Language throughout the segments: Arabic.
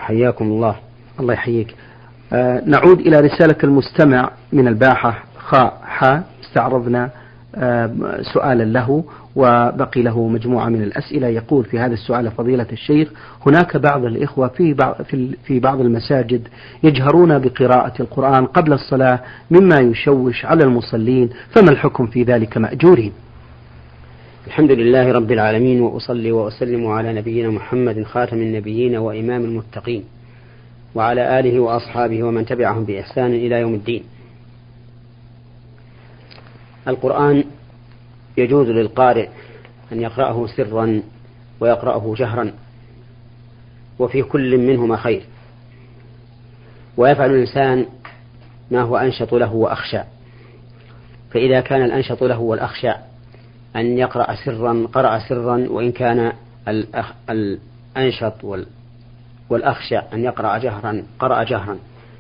حياكم الله. الله يحييك. نعود إلى رسالة المستمع من الباحة خاء حاء. استعرضنا سؤالا له وبقي له مجموعة من الأسئلة. يقول في هذا السؤال: فضيلة الشيخ، هناك بعض الإخوة في بعض المساجد يجهرون بقراءة القرآن قبل الصلاة مما يشوش على المصلين، فما الحكم في ذلك مأجورين؟ الحمد لله رب العالمين، وأصلي وأسلم على نبينا محمد خاتم النبيين وإمام المتقين، وعلى آله وأصحابه ومن تبعهم بإحسان إلى يوم الدين. القرآن يجوز للقارئ أن يقرأه سرا ويقرأه جهرا، وفي كل منهما خير، ويفعل الإنسان ما هو أنشط له وأخشى. فإذا كان الأنشط له والأخشى أن يقرأ سرا قرأ سرا، وإن كان الأنشط والأخشى أن يقرأ جهرا قرأ جهرا.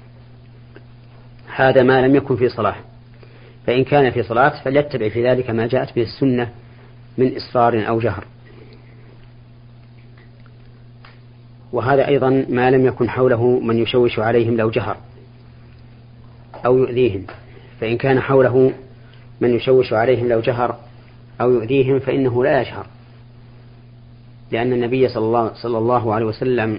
هذا ما لم يكن في صلاة. فإن كان في صلاة فليتبع في ذلك ما جاءت به السنة من إصرار أو جهر. وهذا أيضا ما لم يكن حوله من يشوش عليهم لو جهر أو يؤذيهم. فإن كان حوله من يشوش عليهم لو جهر أو يؤذيهم فإنه لا يجهر، لأن النبي صلى الله عليه وسلم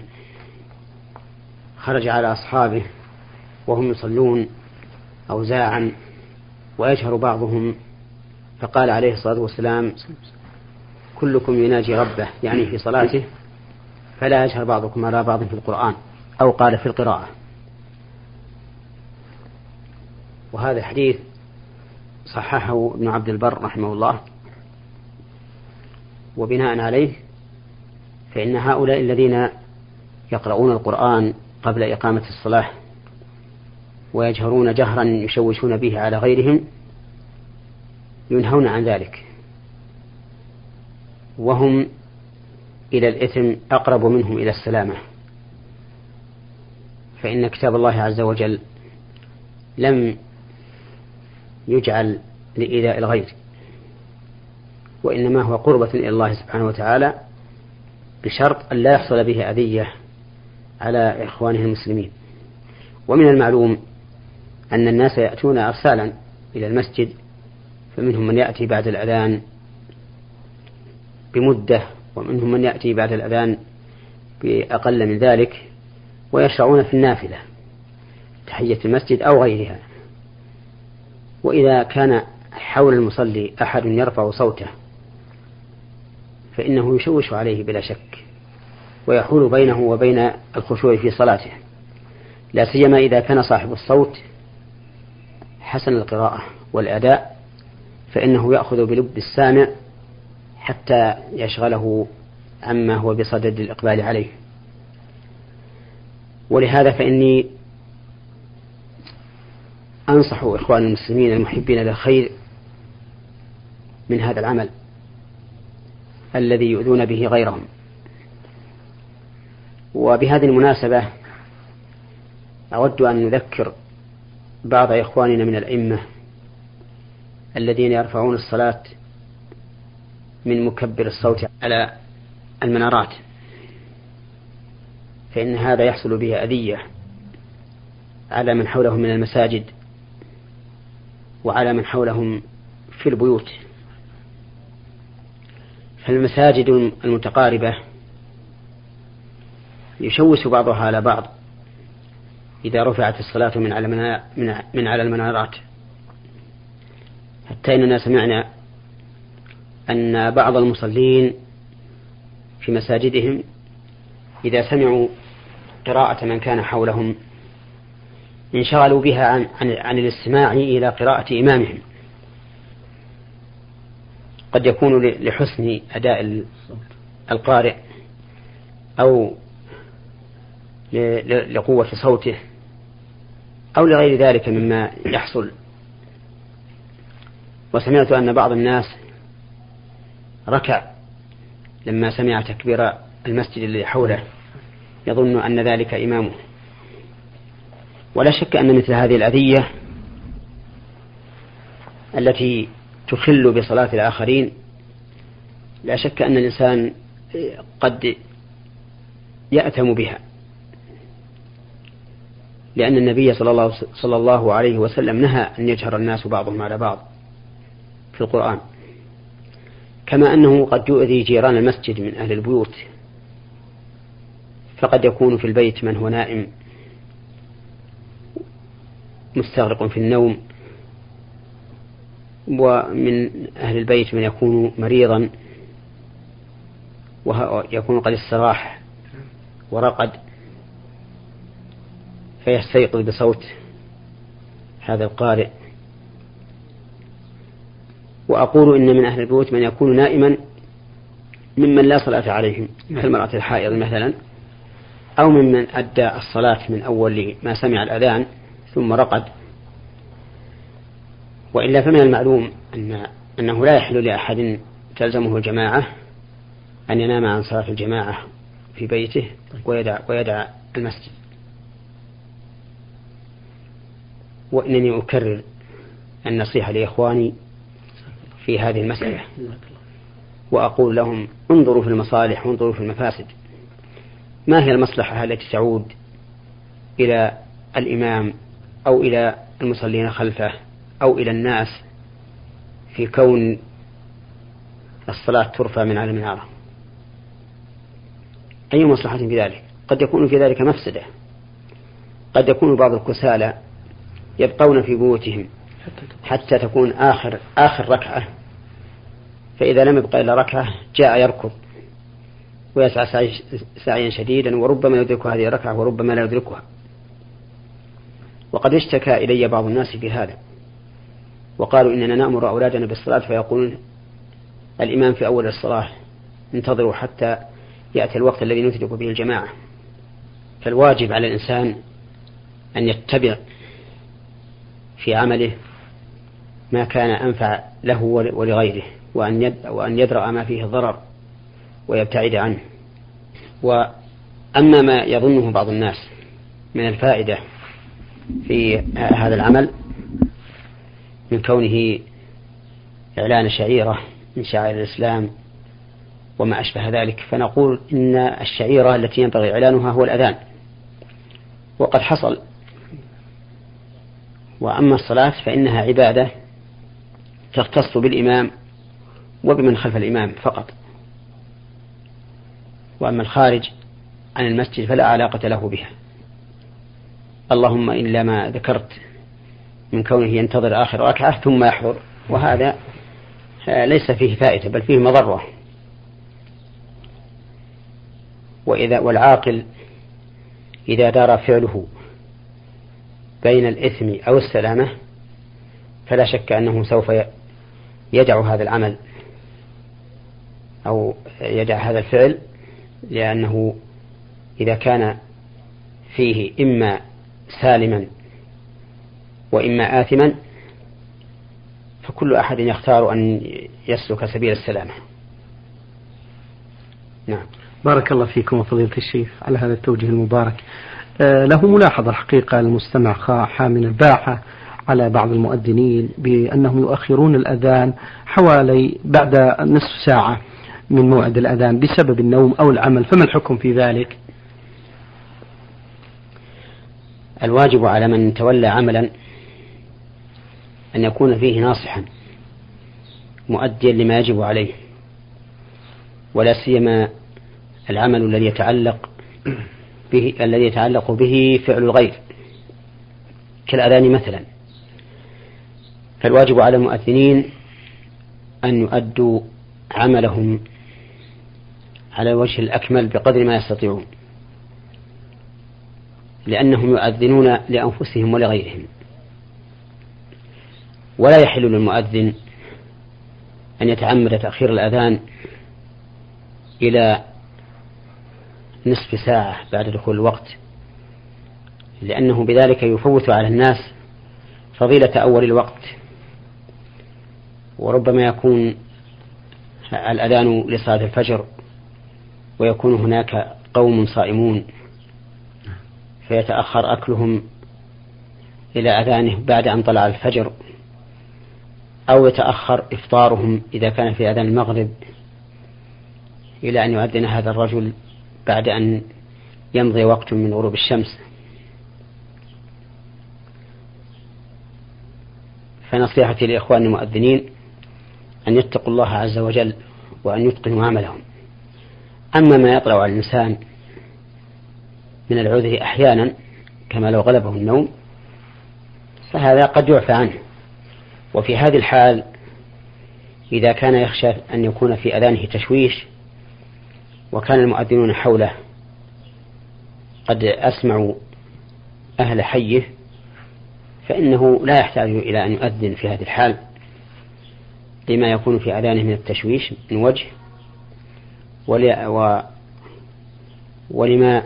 خرج على أصحابه وهم يصلون أوزاعا ويجهر بعضهم، فقال عليه الصلاة والسلام: كلكم يناجي ربه، يعني في صلاته، فلا يجهر بعضكم على بعض في القرآن، أو قال في القراءة. وهذا الحديث صححه ابن عبد البر رحمه الله. وبناء عليه فإن هؤلاء الذين يقرؤون القرآن قبل إقامة الصلاة ويجهرون جهرا يشوشون به على غيرهم ينهون عن ذلك، وهم إلى الإثم أقرب منهم إلى السلامة. فإن كتاب الله عز وجل لم يجعل لإيذاء الغير، وإنما هو قربة إلى الله سبحانه وتعالى، بشرط أن لا يحصل به أذية على إخوانه المسلمين. ومن المعلوم أن الناس يأتون أرسالا إلى المسجد، فمنهم من يأتي بعد الأذان بمدة، ومنهم من يأتي بعد الأذان بأقل من ذلك، ويشرعون في النافلة تحية المسجد أو غيرها. وإذا كان حول المصلي أحد يرفع صوته فإنه يشوش عليه بلا شك، ويحول بينه وبين الخشوع في صلاته، لا سيما إذا كان صاحب الصوت حسن القراءة والأداء، فإنه يأخذ بلب السامع حتى يشغله عما هو بصدد الإقبال عليه. ولهذا فإني أنصح إخوان المسلمين المحبين للخير من هذا العمل الذي يؤذون به غيرهم. وبهذه المناسبة أود أن نذكر بعض إخواننا من الأئمة الذين يرفعون الصلاة من مكبر الصوت على المنارات، فإن هذا يحصل به أذية على من حولهم من المساجد وعلى من حولهم في البيوت. فالمساجد المتقاربة يشوش بعضها على بعض إذا رفعت الصلاة من على المنارات، حتى إننا سمعنا أن بعض المصلين في مساجدهم إذا سمعوا قراءة من كان حولهم انشغلوا بها عن الاستماع إلى قراءة إمامهم، قد يكون لحسن أداء القارئ أو لقوة صوته أو لغير ذلك مما يحصل. وسمعت أن بعض الناس ركع لما سمع تكبير المسجد الذي حوله يظن أن ذلك إمامه. ولا شك أن مثل هذه الأذية التي تخل بصلاة الآخرين لا شك أن الإنسان قد يأثم بها، لأن النبي صلى الله عليه وسلم نهى أن يجهر الناس بعضهم على بعض في القرآن، كما أنه قد يؤذي جيران المسجد من أهل البيوت، فقد يكون في البيت من هو نائم مستغرق في النوم، ومن أهل البيت من يكون مريضا ويكون قد استراح ورقد فيستيقظ بصوت هذا القارئ. وأقول إن من أهل البيوت من يكون نائما ممن لا صلاة عليهم كالمرأة الحائض مثلا، أو ممن أدى الصلاة من أول ما سمع الأذان ثم رقد. وإلا فمن المعلوم أنه لا يحل لأحد تلزمه الجماعة أن ينام عن صلاة الجماعة في بيته ويدع المسجد. وإنني أكرر النصيحة لإخواني في هذه المسألة، وأقول لهم انظروا في المصالح وانظروا في المفاسد. ما هي المصلحة التي تعود إلى الإمام أو إلى المصلين خلفه أو إلى الناس في كون الصلاة ترفع من على المنارة؟ أي مصلحة في ذلك؟ قد يكون في ذلك مفسدة. قد يكون بعض الكسالى يبقون في بيوتهم حتى تكون آخر ركعة، فإذا لم يبقى إلا ركعة جاء يركض ويسعى سعيا شديدا، وربما يدرك هذه الركعة وربما لا يدركها. وقد اشتكى إلي بعض الناس في هذا وقالوا إننا نأمر أولادنا بالصلاة فيقولون الإمام في أول الصلاة انتظروا حتى يأتي الوقت الذي ندرك به الجماعة. فالواجب على الإنسان أن يتبع في عمله ما كان أنفع له ولغيره، وأن يدرأ ما فيه الضرر ويبتعد عنه. وأما ما يظنه بعض الناس من الفائدة في هذا العمل من كونه إعلان شعيرة من شعائر الإسلام وما أشبه ذلك، فنقول إن الشعيرة التي ينبغي إعلانها هو الأذان، وقد حصل. وأما الصلاة فإنها عبادة تختص بالإمام وبمن خلف الإمام فقط، وأما الخارج عن المسجد فلا علاقة له بها، اللهم إلا ما ذكرت من كونه ينتظر آخر ركعة ثم يحضر، وهذا ليس فيه فائدة بل فيه مضرة. والعاقل إذا دار فعله بين الإثم أو السلامة فلا شك أنه سوف يدع هذا العمل أو يدع هذا الفعل، لأنه إذا كان فيه إما سالما وإما آثما فكل أحد يختار أن يسلك سبيل السلامة. نعم. بارك الله فيكم وفضيلة الشيخ على هذا التوجيه المبارك. له ملاحظة الحقيقة المستمع خاء من الباحة على بعض المؤذنين بأنهم يؤخرون الأذان حوالي بعد نصف ساعة من موعد الأذان بسبب النوم أو العمل، فما الحكم في ذلك؟ الواجب على من تولى عملا أن يكون فيه ناصحا مؤديا لما يجب عليه، ولا سيما العمل الذي يتعلق به فعل الغير كالأذان مثلا. فالواجب على المؤذنين أن يؤدوا عملهم على الوجه الأكمل بقدر ما يستطيعون، لأنهم يؤذنون لأنفسهم ولغيرهم. ولا يحل للمؤذن أن يتعمد تأخير الأذان إلى نصف ساعة بعد دخول الوقت، لأنه بذلك يفوت على الناس فضيلة أول الوقت، وربما يكون الأذان لصلاة الفجر ويكون هناك قوم صائمون فيتأخر أكلهم إلى أذانه بعد أن طلع الفجر، أو يتأخر إفطارهم إذا كان في أذان المغرب إلى أن يؤذن هذا الرجل بعد أن يمضي وقت من غروب الشمس. فنصيحتي لإخوان المؤذنين أن يتقوا الله عز وجل وأن يتقنوا عملهم. أما ما يطلع على الإنسان من العذر أحيانا كما لو غلبه النوم فهذا قد يعفى عنه. وفي هذه الحال إذا كان يخشى أن يكون في أذانه تشويش وكان المؤذنون حوله قد أسمعوا أهل حيه فإنه لا يحتاج إلى أن يؤذن في هذه الحال لما يكون في أذانه من التشويش من وجه ولما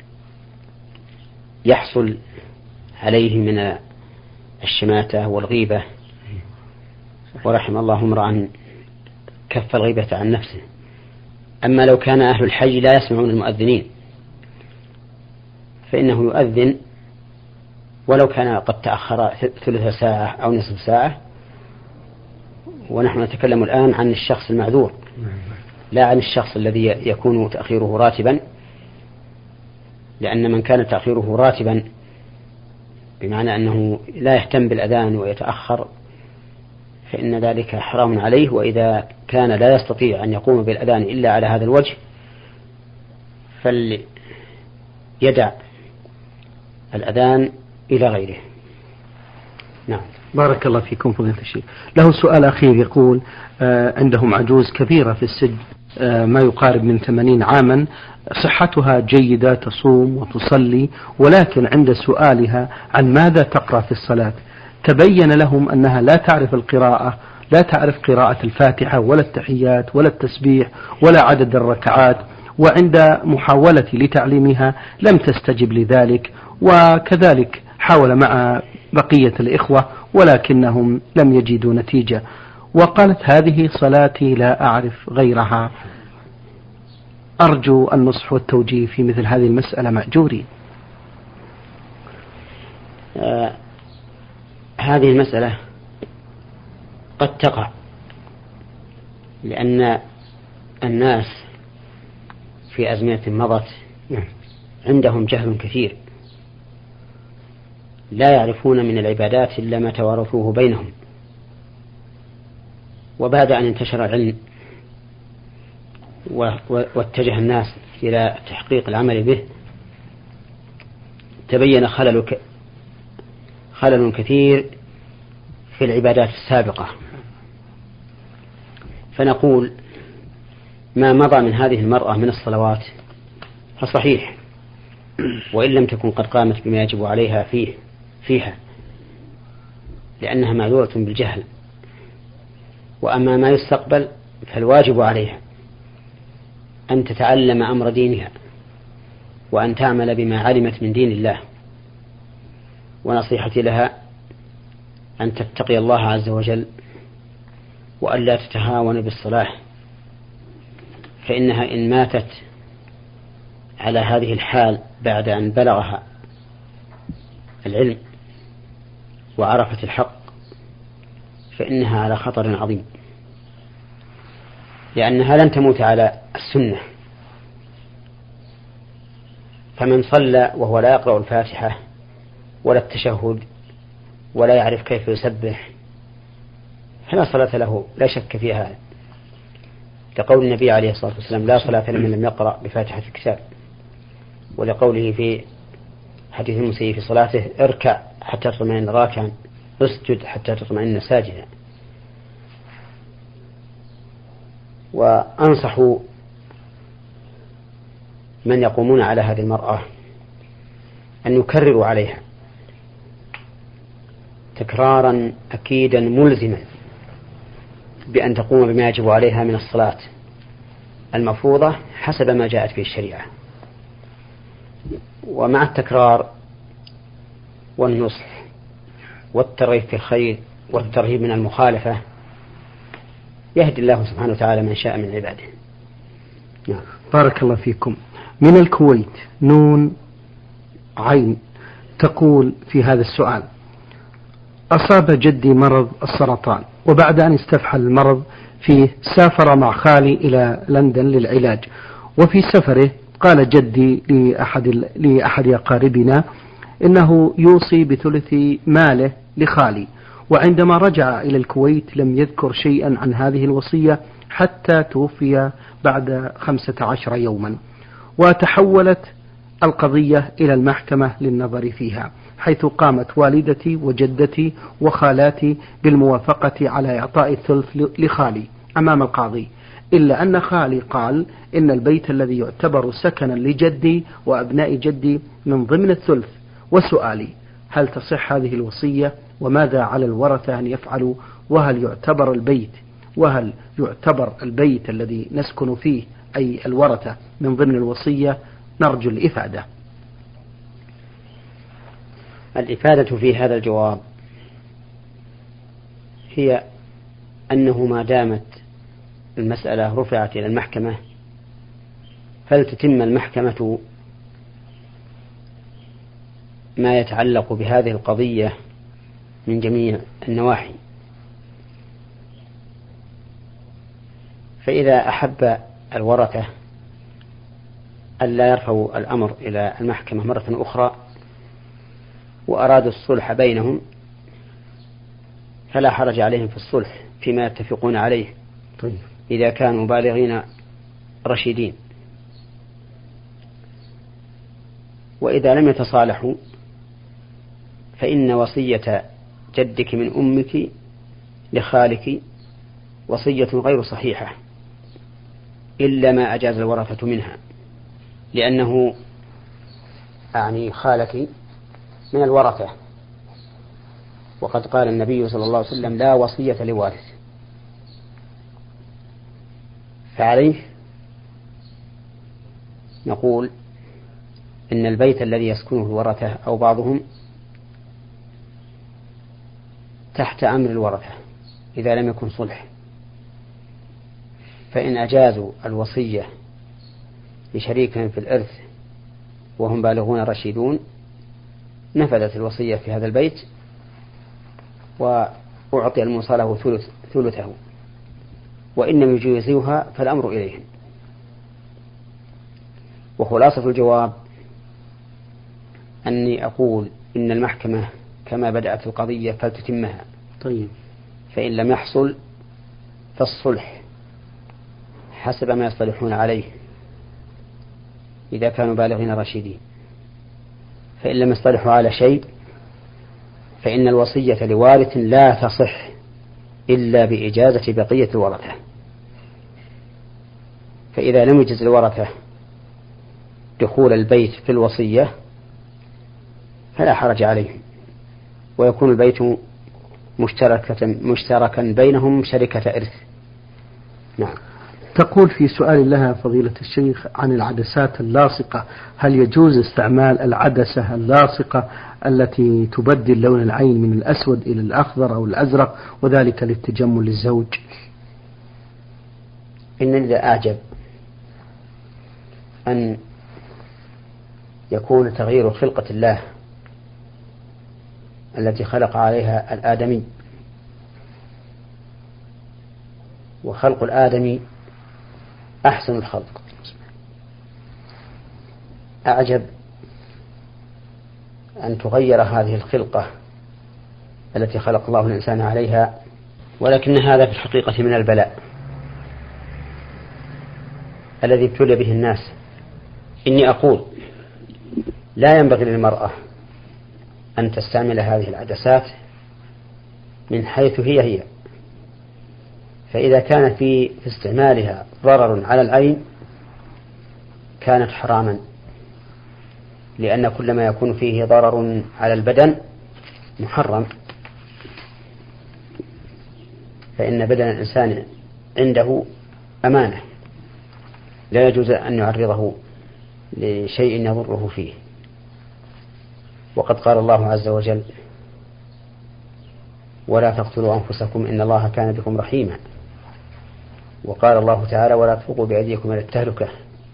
يحصل عليه من الشماتة والغيبة، ورحم الله امرأ كف الغيبة عن نفسه. أما لو كان أهل الحي لا يسمعون المؤذنين فإنه يؤذن ولو كان قد تأخر ثلث ساعة أو نصف ساعة. ونحن نتكلم الآن عن الشخص المعذور لا عن الشخص الذي يكون تأخيره راتبا، لأن من كان تأخيره راتبا بمعنى أنه لا يهتم بالأذان ويتأخر فإن ذلك حرام عليه. وإذا كان لا يستطيع أن يقوم بالأذان إلا على هذا الوجه فليدع الأذان إلى غيره. نعم. بارك الله فيكم فضيلة الشيخ. له سؤال أخير يقول عندهم عجوز كبيرة في السن ما يقارب من 80 عاما، صحتها جيدة تصوم وتصلي، ولكن عند سؤالها عن ماذا تقرأ في الصلاة تبين لهم أنها لا تعرف القراءة، لا تعرف قراءة الفاتحة ولا التحيات ولا التسبيح ولا عدد الركعات، وعند محاولة لتعليمها لم تستجب لذلك، وكذلك حاول مع بقية الإخوة ولكنهم لم يجدوا نتيجة، وقالت هذه صلاتي لا أعرف غيرها. أرجو النصح والتوجيه في مثل هذه المسألة مأجورين. هذه المسألة قد تقع لأن الناس في أزمنة مضت عندهم جهل كثير لا يعرفون من العبادات إلا ما توارثوه بينهم، وبعد أن انتشر العلم واتجه الناس إلى تحقيق العمل به تبين خلل كثير في العبادات السابقة. فنقول ما مضى من هذه المرأة من الصلوات فصحيح وإن لم تكن قد قامت بما يجب عليها فيها لأنها معذورة بالجهل. وأما ما يستقبل فالواجب عليها أن تتعلم أمر دينها وأن تعمل بما علمت من دين الله. ونصيحتي لها أن تتقي الله عز وجل وأن لا تتهاون بالصلاة، فإنها إن ماتت على هذه الحال بعد أن بلغها العلم وعرفت الحق فإنها على خطر عظيم، لأنها لن تموت على السنة. فمن صلى وهو لا يقرأ الفاتحة ولا التشهد ولا يعرف كيف يسبح فلا صلاة له لا شك في هذا، لقول النبي عليه الصلاة والسلام لا صلاة لمن لم يقرأ بفاتحة الكتاب، ولقوله في حديث المسيء في صلاته اركع حتى تطمئن راكعا اسجد حتى تطمئن ساجدا. وأنصح من يقومون على هذه المرأة أن يكرروا عليها تكرارا أكيدا ملزما بأن تقوم بما يجب عليها من الصلاة المفروضة حسب ما جاءت به الشريعة. ومع التكرار والنصح والترغيب في الخير والترهيب من المخالفة يهدي الله سبحانه وتعالى من شاء من عباده. نعم. بارك الله فيكم. من الكويت نون عين تقول في هذا السؤال: أصاب جدي مرض السرطان، وبعد أن استفحل المرض فيه سافر مع خالي إلى لندن للعلاج، وفي سفره قال جدي لأحد أقاربنا إنه يوصي بثلث ماله لخالي، وعندما رجع إلى الكويت لم يذكر شيئا عن هذه الوصية حتى توفي بعد 15 يوما، وتحولت القضية إلى المحكمة للنظر فيها، حيث قامت والدتي وجدتي وخالاتي بالموافقة على إعطاء الثلث لخالي أمام القاضي، إلا أن خالي قال إن البيت الذي يعتبر سكنا لجدي وأبناء جدي من ضمن الثلث. وسؤالي: هل تصح هذه الوصية؟ وماذا على الورثة أن يفعلوا؟ وهل يعتبر البيت الذي نسكن فيه أي الورثة من ضمن الوصية؟ نرجو الإفادة. الإفادة في هذا الجواب هي أنه ما دامت المسألة رفعت إلى المحكمة فلتتم المحكمة ما يتعلق بهذه القضية من جميع النواحي. فإذا أحب الورثة ألا يرفعوا الأمر إلى المحكمة مرة أخرى وأرادوا الصلح بينهم فلا حرج عليهم في الصلح فيما يتفقون عليه إذا كانوا بالغين رشيدين. وإذا لم يتصالحوا فإن وصية جدك من أمك لخالك وصية غير صحيحة إلا ما أجاز الورثة منها، لأنه أعني خالك من الورثة، وقد قال النبي صلى الله عليه وسلم: لا وصية لوارث. فعليه نقول إن البيت الذي يسكنه الورثة أو بعضهم تحت أمر الورثة إذا لم يكن صلح، فإن أجازوا الوصية لشريكهم في الإرث وهم بالغون رشيدون نفذت الوصية في هذا البيت وأعطي الموصى له ثلثه، وإن لم يجوزوها فالأمر إليهم. وخلاصة الجواب أني أقول إن المحكمة كما بدأت القضية فلتتمها. طيب. فإن لم يحصل فالصلح حسب ما يصطلحون عليه إذا كانوا بالغين رشيدين. فإن لم يصطلحوا على شيء فإن الوصية لوارث لا تصح إلا بإجازة بقية الورثة. فإذا لم يجز الورثة دخول البيت في الوصية فلا حرج عليهم، ويكون البيت مشتركا بينهم شركة إرث. نعم. تقول في سؤال لها فضيلة الشيخ عن العدسات اللاصقة: هل يجوز استعمال العدسة اللاصقة التي تبدل لون العين من الأسود إلى الأخضر أو الأزرق وذلك للتجمل للزوج؟ إن إذا أعجب أن يكون تغيير خلقة الله التي خلق عليها الآدمي، وخلق الآدمي أحسن الخلق، أعجب أن تغير هذه الخلقة التي خلق الله الإنسان عليها، ولكن هذا في الحقيقة من البلاء الذي ابتلي به الناس. إني أقول لا ينبغي للمرأة أن تستعمل هذه العدسات من حيث هي، فإذا كان في استعمالها ضرر على العين كانت حراما، لأن كل ما يكون فيه ضرر على البدن محرم، فإن بدن الإنسان عنده أمانة لا يجوز أن يعرضه لشيء يضره فيه. وقد قال الله عز وجل: ولا تقتلوا أنفسكم إن الله كان بكم رحيما. وقال الله تعالى: ولا تلقوا بأيديكم إلى التهلكة.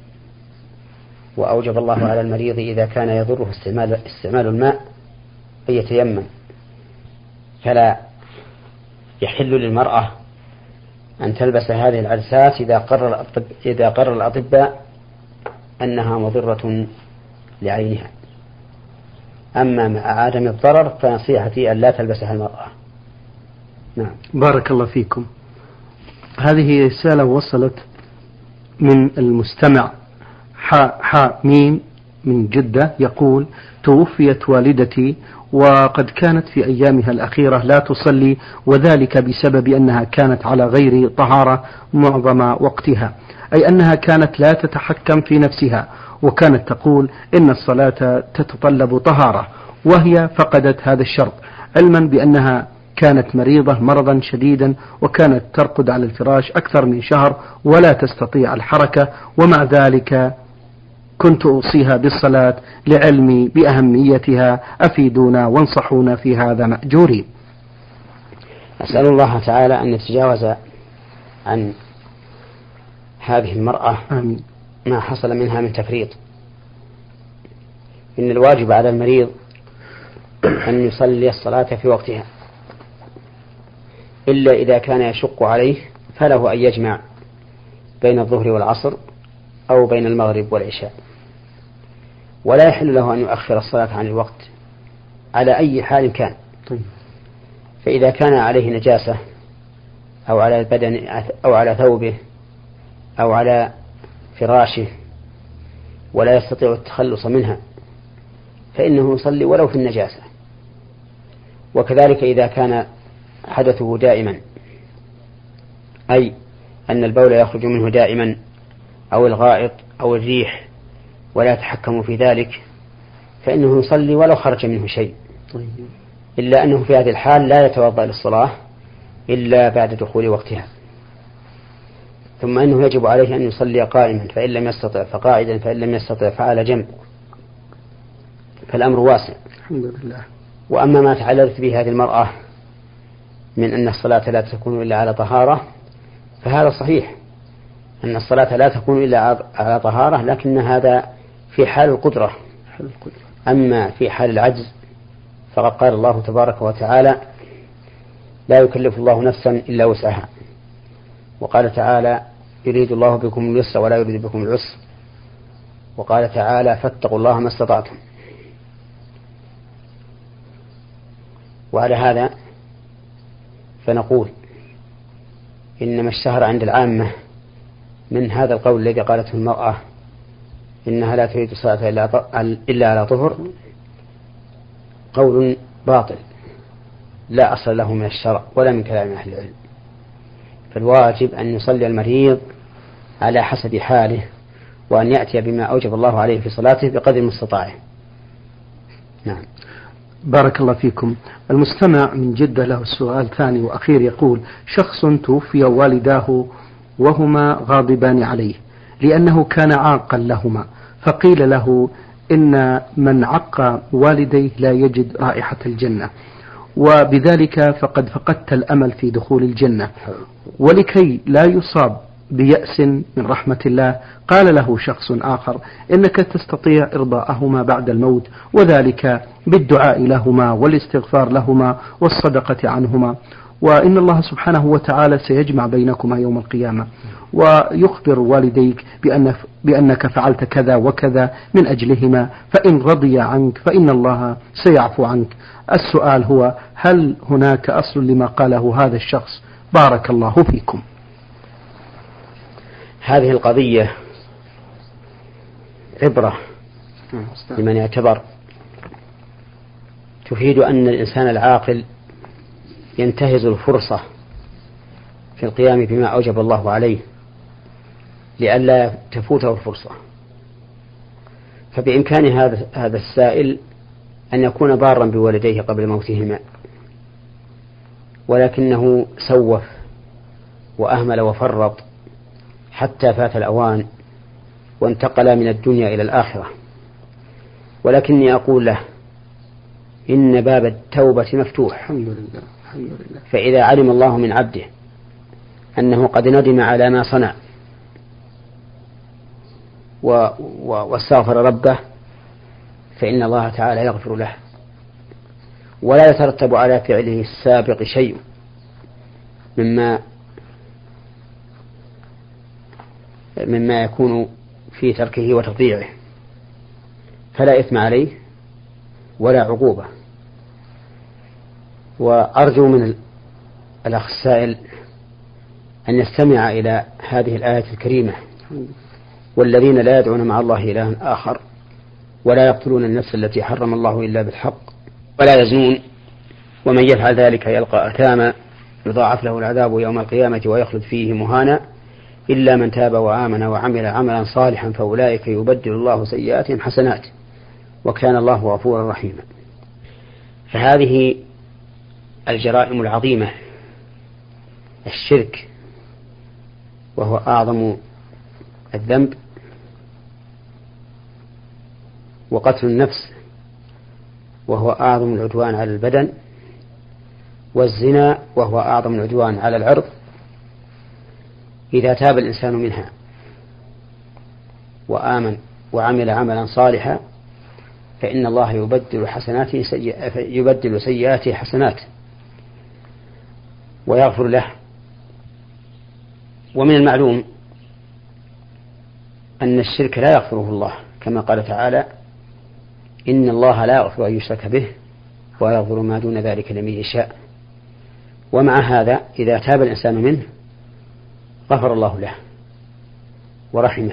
وأوجب الله على المريض إذا كان يضره استعمال الماء أن يتيمم. فلا يحل للمرأة أن تلبس هذه العدسات إذا قرر الأطباء أنها مضرة لعينها. أما مع عدم الضرر فنصيحتي أن لا تلبسها المرأة. نعم. بارك الله فيكم. هذه رسالة وصلت من المستمع ميم من جدة، يقول: توفيت والدتي وقد كانت في أيامها الأخيرة لا تصلي، وذلك بسبب أنها كانت على غير طهارة معظم وقتها، أي أنها كانت لا تتحكم في نفسها، وكانت تقول إن الصلاة تتطلب طهارة، وهي فقدت هذا الشرط، علما بأنها كانت مريضة مرضا شديدا، وكانت ترقد على الفراش أكثر من شهر ولا تستطيع الحركة، ومع ذلك كنت أوصيها بالصلاة لعلمي بأهميتها، أفيدونا وانصحونا في هذا مأجورين. أسأل الله تعالى أن يتجاوز عن هذه المرأة آمين. ما حصل منها من تفريط. إن الواجب على المريض أن يصلي الصلاة في وقتها، إلا إذا كان يشق عليه فله أن يجمع بين الظهر والعصر أو بين المغرب والعشاء، ولا يحل له أن يؤخر الصلاة عن الوقت على أي حال كان. فإذا كان عليه نجاسة أو على البدن أو على ثوبه أو على فراشه ولا يستطيع التخلص منها فإنه يصلي ولو في النجاسة. وكذلك إذا كان حدثه دائما، أي أن البول يخرج منه دائما أو الغائط أو الريح ولا يتحكم في ذلك، فإنه يصلي ولو خرج منه شيء، إلا أنه في هذه الحال لا يتوضأ للصلاة إلا بعد دخول وقتها. ثم أنه يجب عليه أن يصلي قائما، فإن لم يستطع فقاعدا، فإن لم يستطع فعلى جنب، فالأمر واسع. الحمد لله. وأما ما تعللت به هذه المرأة من أن الصلاة لا تكون إلا على طهارة، فهذا صحيح أن الصلاة لا تكون إلا على طهارة، لكن هذا في حال القدرة. أما في حال العجز فقد قال الله تبارك وتعالى: لا يكلف الله نفسا إلا وسعها. وقال تعالى: يريد الله بكم اليسر ولا يريد بكم العسر. وقال تعالى: فاتقوا الله ما استطعتم. وعلى هذا فنقول إنما اشتهر عند العامة من هذا القول الذي قالته المرأة إنها لا تريد الصلاة إلا على طهر قول باطل لا أصل له من الشرع ولا من كلام أهل العلم. فالواجب أن يصلي المريض على حسب حاله، وأن يأتي بما أوجب الله عليه في صلاته بقدر مستطاعه. نعم. بارك الله فيكم. المستمع من جدة له السؤال ثاني وأخير، يقول: شخص توفي والداه وهما غاضبان عليه لأنه كان عاقا لهما، فقيل له إن من عق والديه لا يجد رائحة الجنة، وبذلك فقد فقدت الأمل في دخول الجنة، ولكي لا يصاب بيأس من رحمة الله قال له شخص آخر: إنك تستطيع إرضاءهما بعد الموت، وذلك بالدعاء لهما والاستغفار لهما والصدقة عنهما، وإن الله سبحانه وتعالى سيجمع بينكما يوم القيامة، ويخبر والديك بأنك فعلت كذا وكذا من أجلهما، فإن رضي عنك فإن الله سيعفو عنك. السؤال هو: هل هناك أصل لما قاله هذا الشخص؟ بارك الله فيكم. هذه القضية عبرة لمن يعتبر، تفيد أن الإنسان العاقل ينتهز الفرصة في القيام بما أوجب الله عليه لئلا تفوته الفرصة. فبإمكان هذا السائل أن يكون بارا بوالديه قبل موتهما، ولكنه سوف وأهمل وفرط حتى فات الأوان وانتقل من الدنيا إلى الآخرة. ولكني أقول له إن باب التوبة مفتوح، الحمد لله. الحمد لله. فإذا علم الله من عبده أنه قد ندم على ما صنع واستغفر ربه فإن الله تعالى يغفر له، ولا يترتب على فعله السابق شيء مما يكون في تركه وتضييعه، فلا إثم عليه ولا عقوبة. وأرجو الأخ السائل أن يستمع إلى هذه الآية الكريمة: والذين لا يدعون مع الله إلها آخر ولا يقتلون النفس التي حرم الله إلا بالحق ولا يزنون ومن يفعل ذلك يلقى أثاما يضاعف له العذاب يوم القيامة ويخلد فيه مهانا إلا من تاب وآمن وعمل عملا صالحا فأولئك يبدل الله سيئاتهم حسنات وكان الله غفورا رحيما. فهذه الجرائم العظيمة: الشرك وهو أعظم الذنب، وقتل النفس وهو أعظم العدوان على البدن، والزنا وهو أعظم العدوان على العرض، إذا تاب الإنسان منها وآمن وعمل عملا صالحا فإن الله يبدل سيئاته حسنات ويغفر له. ومن المعلوم أن الشرك لا يغفره الله، كما قال تعالى: إن الله لا يغفر أن يشرك به ويغفر ما دون ذلك لمن يشاء. ومع هذا إذا تاب الإنسان منه غفر الله له ورحمه.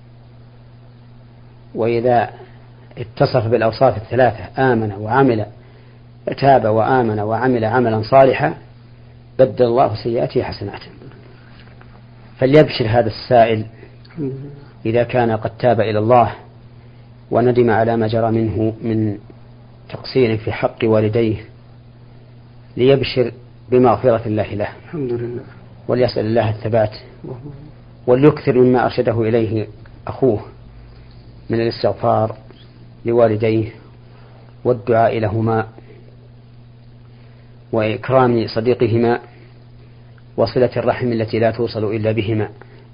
وإذا اتصف بالأوصاف الثلاثة: آمن وعمل تاب وآمن وعمل عملا صالحا بدل الله سيئاته حسنات. فليبشر هذا السائل إذا كان قد تاب إلى الله وندم على ما جرى منه من تقصير في حق والديه، ليبشر بمغفرة الله له، الحمد لله، وليسأل الله الثبات، وليكثر مما أرشده إليه أخوه من الاستغفار لوالديه والدعاء لهما وإكرام صديقهما وصلة الرحم التي لا توصل إلا بهما،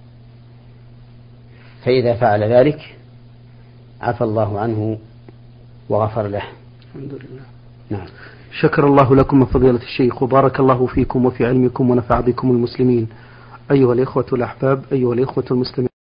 فإذا فعل ذلك عفى الله عنه وغفر له. الحمد لله. نعم. شكر الله لكم فضيلة الشيخ وبارك الله فيكم وفي علمكم ونفع بكم المسلمين. أيها الإخوة الأحباب، أيها الإخوة المسلمين.